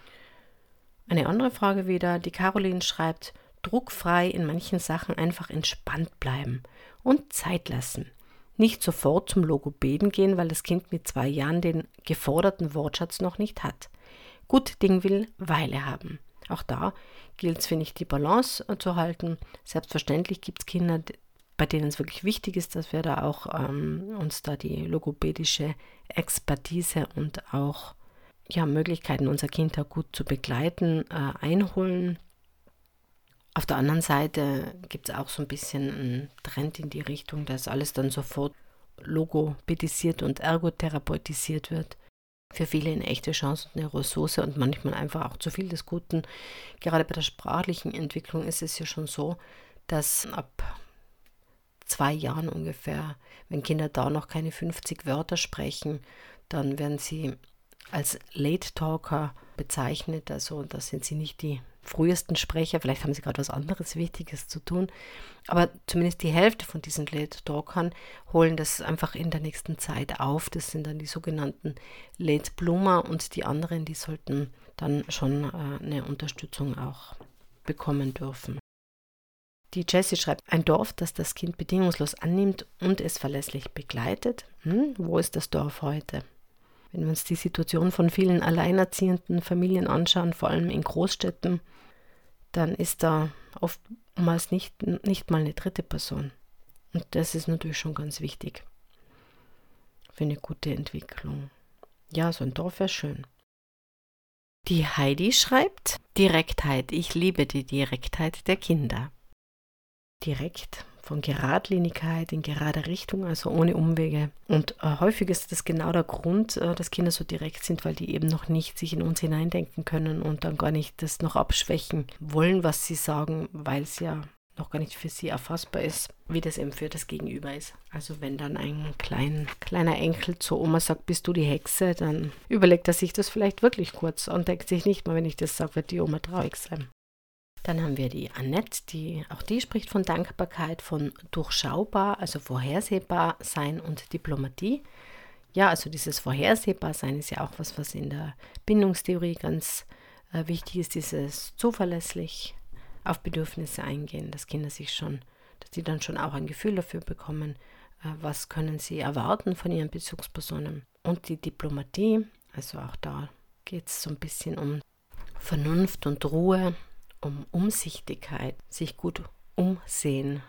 eine andere Frage wieder. Die Caroline schreibt: druckfrei in manchen Sachen einfach entspannt bleiben und Zeit lassen. Nicht sofort zum Logopäden gehen, weil das Kind mit zwei Jahren den geforderten Wortschatz noch nicht hat. Gut Ding will Weile haben. Auch da gilt es, finde ich, die Balance zu halten. Selbstverständlich gibt es Kinder, bei denen es wirklich wichtig ist, dass wir da auch ähm, uns da die logopädische Expertise und auch ja, Möglichkeiten, unser Kind da gut zu begleiten, äh, einholen. Auf der anderen Seite gibt es auch so ein bisschen einen Trend in die Richtung, dass alles dann sofort logopädisiert und ergotherapeutisiert wird. Für viele eine echte Chance und eine Ressource und manchmal einfach auch zu viel des Guten. Gerade bei der sprachlichen Entwicklung ist es ja schon so, dass ab zwei Jahren ungefähr, wenn Kinder da noch keine fünfzig Wörter sprechen, dann werden sie als Late Talker bezeichnet. Also da sind sie nicht die frühesten Sprecher, vielleicht haben sie gerade was anderes Wichtiges zu tun, aber zumindest die Hälfte von diesen Late Talkern holen das einfach in der nächsten Zeit auf. Das sind dann die sogenannten Late Bloomer, und die anderen, die sollten dann schon äh, eine Unterstützung auch bekommen dürfen. Die Jessie schreibt: ein Dorf, das das Kind bedingungslos annimmt und es verlässlich begleitet. Hm, wo ist das Dorf heute? Wenn wir uns die Situation von vielen alleinerziehenden Familien anschauen, vor allem in Großstädten, dann ist da oftmals nicht, nicht mal eine dritte Person. Und das ist natürlich schon ganz wichtig für eine gute Entwicklung. Ja, so ein Dorf wäre schön. Die Heidi schreibt: Direktheit. Ich liebe die Direktheit der Kinder. Direkt von Geradlinigkeit in gerade Richtung, also ohne Umwege. Und äh, häufig ist das genau der Grund, äh, dass Kinder so direkt sind, weil die eben noch nicht sich in uns hineindenken können und dann gar nicht das noch abschwächen wollen, was sie sagen, weil es ja noch gar nicht für sie erfassbar ist, wie das eben für das Gegenüber ist. Also wenn dann ein klein, kleiner Enkel zur Oma sagt, bist du die Hexe, dann überlegt er sich das vielleicht wirklich kurz und denkt sich nicht mal, wenn ich das sage, wird die Oma traurig sein. Dann haben wir die Annette, die auch die spricht von Dankbarkeit, von durchschaubar, also vorhersehbar sein und Diplomatie. Ja, also dieses vorhersehbar sein ist ja auch was, was in der Bindungstheorie ganz äh, wichtig ist, dieses zuverlässig auf Bedürfnisse eingehen, dass Kinder sich schon, dass die dann schon auch ein Gefühl dafür bekommen, äh, was können sie erwarten von ihren Bezugspersonen. Und die Diplomatie, also auch da geht es so ein bisschen um Vernunft und Ruhe, um Umsichtigkeit, sich gut umsehen,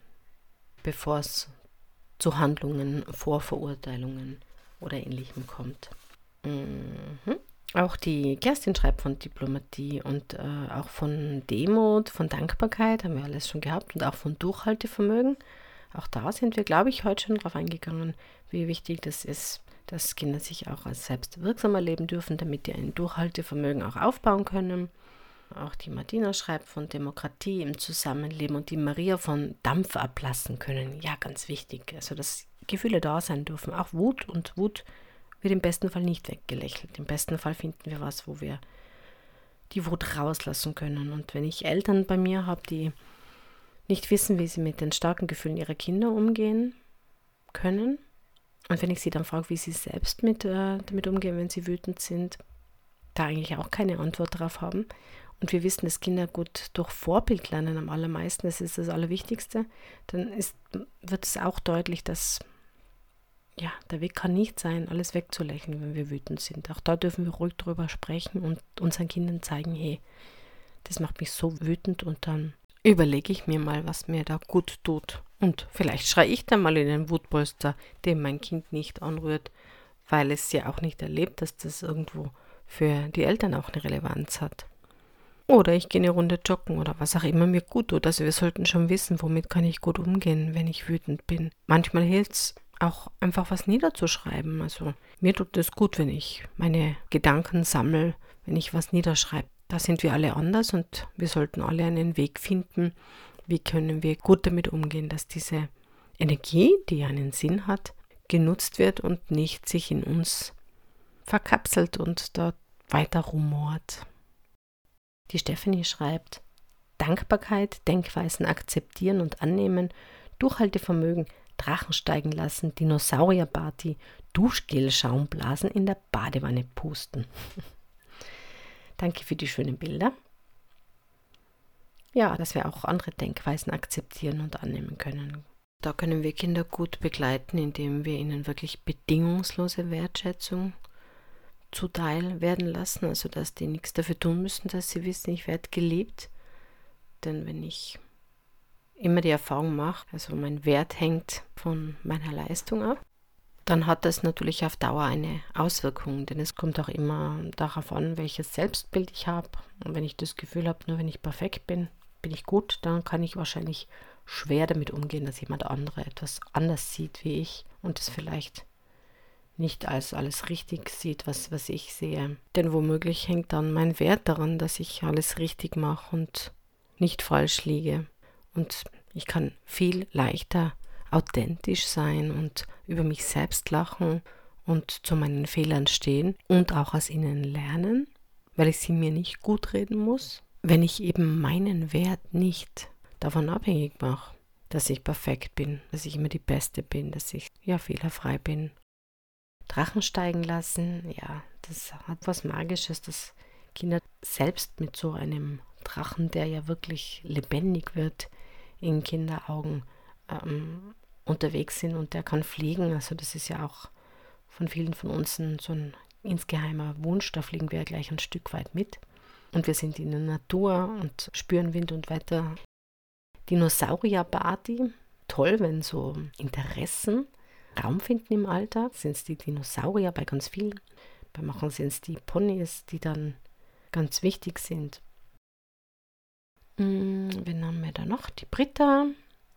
bevor es zu Handlungen, Vorverurteilungen oder Ähnlichem kommt. Mhm. Auch die Kerstin schreibt von Diplomatie und äh, auch von Demut, von Dankbarkeit, haben wir alles schon gehabt, und auch von Durchhaltevermögen. Auch da sind wir, glaube ich, heute schon drauf eingegangen, wie wichtig das ist, dass Kinder sich auch als selbstwirksam erleben dürfen, damit die ein Durchhaltevermögen auch aufbauen können. Auch die Martina schreibt von Demokratie im Zusammenleben und die Maria von Dampf ablassen können. Ja, ganz wichtig. Also, dass Gefühle da sein dürfen. Auch Wut, und Wut wird im besten Fall nicht weggelächelt. Im besten Fall finden wir was, wo wir die Wut rauslassen können. Und wenn ich Eltern bei mir habe, die nicht wissen, wie sie mit den starken Gefühlen ihrer Kinder umgehen können, und wenn ich sie dann frage, wie sie selbst mit, äh, damit umgehen, wenn sie wütend sind, da eigentlich auch keine Antwort drauf haben. Und wir wissen, dass Kinder gut durch Vorbild lernen am allermeisten, das ist das Allerwichtigste, dann ist, wird es auch deutlich, dass ja, der Weg kann nicht sein, alles wegzulächeln, wenn wir wütend sind. Auch da dürfen wir ruhig drüber sprechen und unseren Kindern zeigen, hey, das macht mich so wütend, und dann überlege ich mir mal, was mir da gut tut. Und vielleicht schreie ich dann mal in den Wutpolster, den mein Kind nicht anrührt, weil es ja auch nicht erlebt, dass das irgendwo für die Eltern auch eine Relevanz hat. Oder ich gehe eine Runde joggen oder was auch immer mir gut tut. Also wir sollten schon wissen, womit kann ich gut umgehen, wenn ich wütend bin. Manchmal hilft es auch einfach was niederzuschreiben. Also mir tut es gut, wenn ich meine Gedanken sammle, wenn ich was niederschreibe. Da sind wir alle anders und wir sollten alle einen Weg finden, wie können wir gut damit umgehen, dass diese Energie, die einen Sinn hat, genutzt wird und nicht sich in uns verkapselt und dort weiter rumort. Die Stephanie schreibt: Dankbarkeit, Denkweisen akzeptieren und annehmen, Durchhaltevermögen, Drachen steigen lassen, Dinosaurierparty, Duschgel-Schaumblasen in der Badewanne pusten. Danke für die schönen Bilder. Ja, dass wir auch andere Denkweisen akzeptieren und annehmen können. Da können wir Kinder gut begleiten, indem wir ihnen wirklich bedingungslose Wertschätzung zuteil werden lassen, also dass die nichts dafür tun müssen, dass sie wissen, ich werde geliebt. Denn wenn ich immer die Erfahrung mache, also mein Wert hängt von meiner Leistung ab, dann hat das natürlich auf Dauer eine Auswirkung, denn es kommt auch immer darauf an, welches Selbstbild ich habe. Und wenn ich das Gefühl habe, nur wenn ich perfekt bin, bin ich gut, dann kann ich wahrscheinlich schwer damit umgehen, dass jemand andere etwas anders sieht wie ich und es vielleicht nicht als alles richtig sieht, was, was ich sehe. Denn womöglich hängt dann mein Wert daran, dass ich alles richtig mache und nicht falsch liege. Und ich kann viel leichter authentisch sein und über mich selbst lachen und zu meinen Fehlern stehen und auch aus ihnen lernen, weil ich sie mir nicht gut reden muss, wenn ich eben meinen Wert nicht davon abhängig mache, dass ich perfekt bin, dass ich immer die Beste bin, dass ich ja fehlerfrei bin. Drachen steigen lassen, ja, das hat was Magisches, dass Kinder selbst mit so einem Drachen, der ja wirklich lebendig wird, in Kinderaugen ähm, unterwegs sind und der kann fliegen. Also das ist ja auch von vielen von uns ein, so ein insgeheimer Wunsch, da fliegen wir ja gleich ein Stück weit mit. Und wir sind in der Natur und spüren Wind und Wetter. Dinosaurierparty, toll, wenn so Interessen Raum finden im Alltag. Sind es die Dinosaurier bei ganz vielen. Bei manchen sind es die Ponys, die dann ganz wichtig sind. Hm, wen haben wir da noch? Die Britta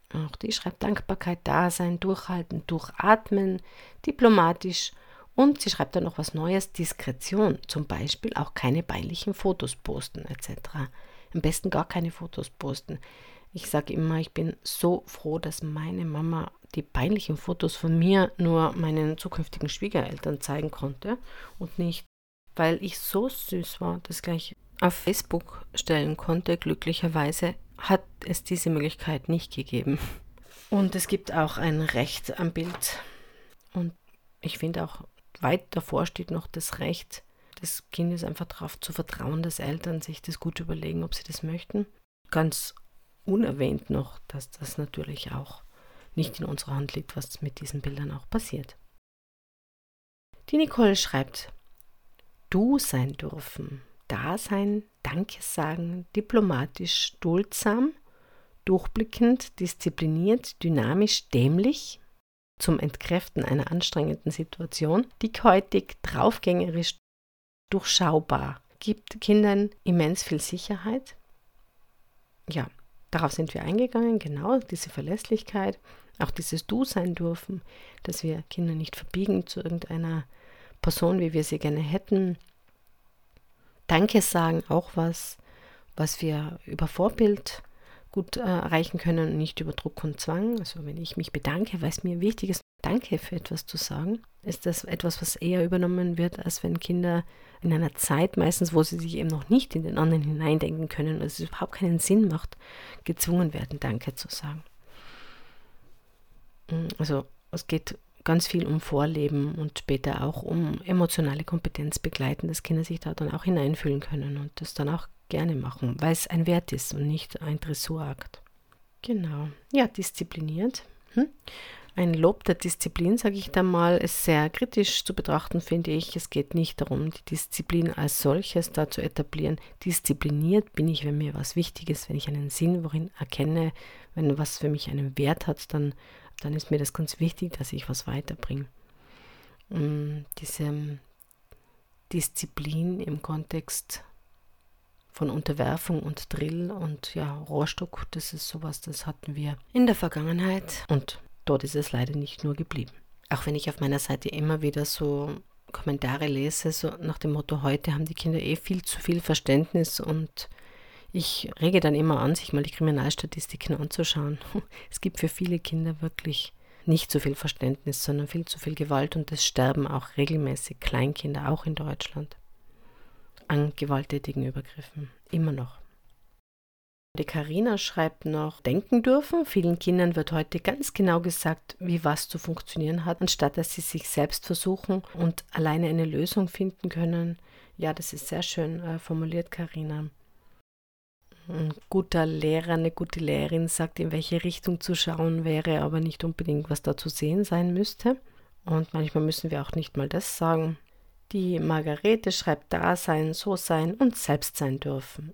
Auch die schreibt Dankbarkeit, Dasein, durchhalten, durchatmen, diplomatisch. Und sie schreibt dann noch was Neues, Diskretion, zum Beispiel auch keine peinlichen Fotos posten et cetera. Am besten gar keine Fotos posten. Ich sage immer, ich bin so froh, dass meine Mama die peinlichen Fotos von mir nur meinen zukünftigen Schwiegereltern zeigen konnte und nicht, weil ich so süß war, das gleich auf Facebook stellen konnte. Glücklicherweise hat es diese Möglichkeit nicht gegeben. Und es gibt auch ein Recht am Bild. Und ich finde auch, weit davor steht noch das Recht des Kindes einfach darauf zu vertrauen, dass Eltern sich das gut überlegen, ob sie das möchten. Ganz unerwähnt noch, dass das natürlich auch nicht in unserer Hand liegt, was mit diesen Bildern auch passiert. Die Nicole schreibt, du sein dürfen, da sein, Danke sagen, diplomatisch, duldsam, durchblickend, diszipliniert, dynamisch, dämlich, zum Entkräften einer anstrengenden Situation, dickhäutig, draufgängerisch, durchschaubar, gibt Kindern immens viel Sicherheit. Ja, darauf sind wir eingegangen, genau, diese Verlässlichkeit, auch dieses Du sein dürfen, dass wir Kinder nicht verbiegen zu irgendeiner Person, wie wir sie gerne hätten. Danke sagen, auch was, was wir über Vorbild gut äh, erreichen können und nicht über Druck und Zwang. Also wenn ich mich bedanke, weil es mir wichtig ist, Danke für etwas zu sagen, ist das etwas, was eher übernommen wird, als wenn Kinder in einer Zeit meistens, wo sie sich eben noch nicht in den anderen hineindenken können, also es überhaupt keinen Sinn macht, gezwungen werden, Danke zu sagen. Also es geht ganz viel um Vorleben und später auch um emotionale Kompetenz begleiten, dass Kinder sich da dann auch hineinfühlen können und das dann auch gerne machen, weil es ein Wert ist und nicht ein Dressurakt. Genau. Ja, diszipliniert. Hm? Ein Lob der Disziplin, sage ich da mal, ist sehr kritisch zu betrachten, finde ich. Es geht nicht darum, die Disziplin als solches da zu etablieren. Diszipliniert bin ich, wenn mir was wichtig ist, wenn ich einen Sinn worin erkenne, wenn was für mich einen Wert hat, dann, dann ist mir das ganz wichtig, dass ich was weiterbringe. Um, diese Disziplin im Kontext von Unterwerfung und Drill und ja, Rohrstock, das ist sowas, das hatten wir in der Vergangenheit und dort ist es leider nicht nur geblieben. Auch wenn ich auf meiner Seite immer wieder so Kommentare lese, so nach dem Motto, heute haben die Kinder eh viel zu viel Verständnis und ich rege dann immer an, sich mal die Kriminalstatistiken anzuschauen. Es gibt für viele Kinder wirklich nicht so viel Verständnis, sondern viel zu viel Gewalt und es sterben auch regelmäßig Kleinkinder, auch in Deutschland, an gewalttätigen Übergriffen. Immer noch. Die Carina schreibt noch, denken dürfen. Vielen Kindern wird heute ganz genau gesagt, wie was zu funktionieren hat, anstatt dass sie sich selbst versuchen und alleine eine Lösung finden können. Ja, das ist sehr schön äh, formuliert, Carina. Ein guter Lehrer, eine gute Lehrerin sagt, in welche Richtung zu schauen wäre, aber nicht unbedingt, was da zu sehen sein müsste. Und manchmal müssen wir auch nicht mal das sagen. Die Margarete schreibt, da sein, so sein und selbst sein dürfen.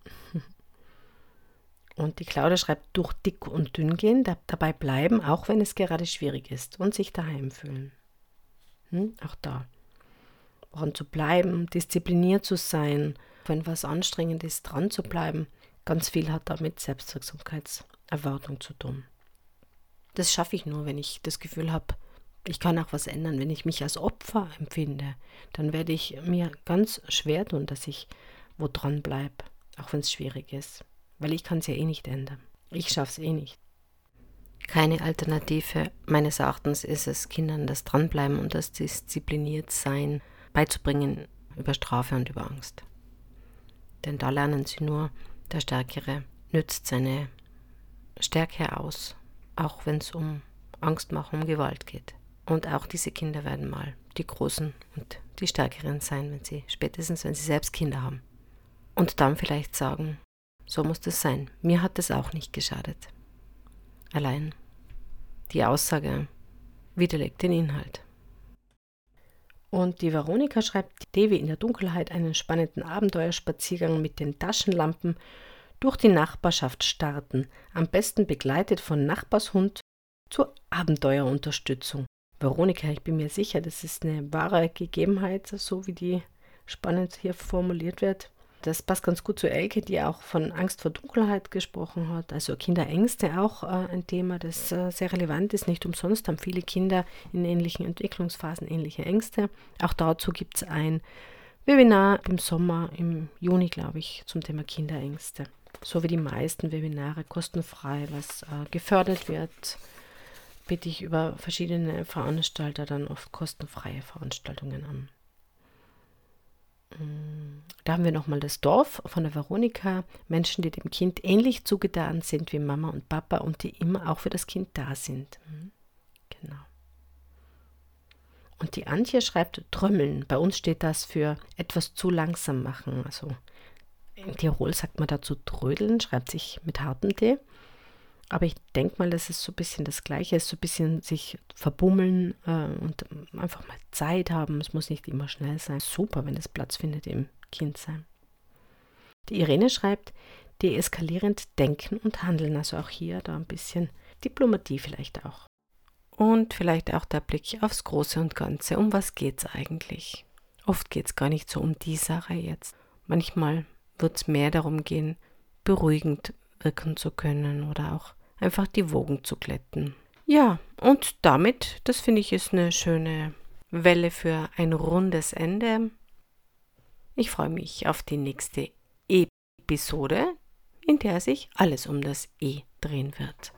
Und die Claudia schreibt, durch dick und dünn gehen, da, dabei bleiben, auch wenn es gerade schwierig ist und sich daheim fühlen. Hm? Auch da. Dran zu bleiben, diszipliniert zu sein, wenn was anstrengend ist, dran zu bleiben. Ganz viel hat da mit Selbstwirksamkeitserwartung zu tun. Das schaffe ich nur, wenn ich das Gefühl habe, ich kann auch was ändern. Wenn ich mich als Opfer empfinde, dann werde ich mir ganz schwer tun, dass ich wo dran bleibe, auch wenn es schwierig ist. Weil ich kann es ja eh nicht ändern. Ich schaffe es eh nicht. Keine Alternative meines Erachtens ist es, Kindern das Dranbleiben und das Diszipliniertsein beizubringen über Strafe und über Angst. Denn da lernen sie nur, der Stärkere nützt seine Stärke aus, auch wenn es um Angst machen, um Gewalt geht. Und auch diese Kinder werden mal die Großen und die Stärkeren sein, wenn sie, spätestens wenn sie selbst Kinder haben. Und dann vielleicht sagen, so muss das sein. Mir hat das auch nicht geschadet. Allein die Aussage widerlegt den Inhalt. Und die Veronika schreibt, Devi in der Dunkelheit einen spannenden Abenteuerspaziergang mit den Taschenlampen durch die Nachbarschaft starten, am besten begleitet von Nachbarshund zur Abenteuerunterstützung. Veronika, ich bin mir sicher, das ist eine wahre Gegebenheit, so wie die spannend hier formuliert wird. Das passt ganz gut zu Elke, die auch von Angst vor Dunkelheit gesprochen hat. Also Kinderängste auch äh, ein Thema, das äh, sehr relevant ist. Nicht umsonst haben viele Kinder in ähnlichen Entwicklungsphasen ähnliche Ängste. Auch dazu gibt es ein Webinar im Sommer, im Juni, glaube ich, zum Thema Kinderängste. So wie die meisten Webinare kostenfrei, was äh, gefördert wird, biete ich über verschiedene Veranstalter dann oft kostenfreie Veranstaltungen an. Da haben wir nochmal das Dorf von der Veronika. Menschen, die dem Kind ähnlich zugetan sind wie Mama und Papa und die immer auch für das Kind da sind. Genau. Und die Antje schreibt Trömmeln. Bei uns steht das für etwas zu langsam machen. Also in Tirol sagt man dazu Trödeln, schreibt sich mit hartem T. Aber ich denke mal, dass es so ein bisschen das Gleiche ist, so ein bisschen sich verbummeln äh, und einfach mal Zeit haben. Es muss nicht immer schnell sein. Super, wenn es Platz findet im Kindsein. Die Irene schreibt, deeskalierend denken und handeln. Also auch hier da ein bisschen Diplomatie vielleicht auch. Und vielleicht auch der Blick aufs Große und Ganze. Um was geht es eigentlich? Oft geht es gar nicht so um die Sache jetzt. Manchmal wird es mehr darum gehen, beruhigend wirken zu können oder auch einfach die Wogen zu glätten. Ja, und damit, das finde ich, ist eine schöne Welle für ein rundes Ende. Ich freue mich auf die nächste Episode, in der sich alles um das E drehen wird.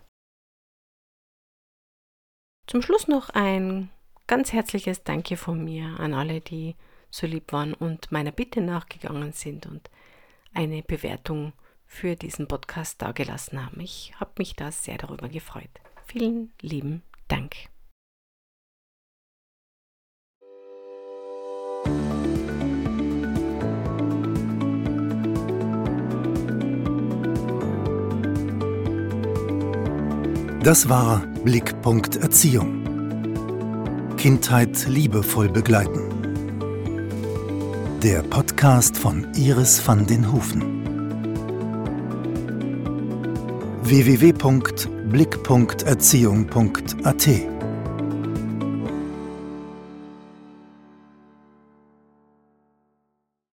Zum Schluss noch ein ganz herzliches Danke von mir an alle, die so lieb waren und meiner Bitte nachgegangen sind und eine Bewertung für diesen Podcast dagelassen haben. Ich habe mich da sehr darüber gefreut. Vielen lieben Dank. Das war Blickpunkt Erziehung. Kindheit liebevoll begleiten. Der Podcast von Iris van den Hoeven. w w w punkt blick punkt erziehung punkt a t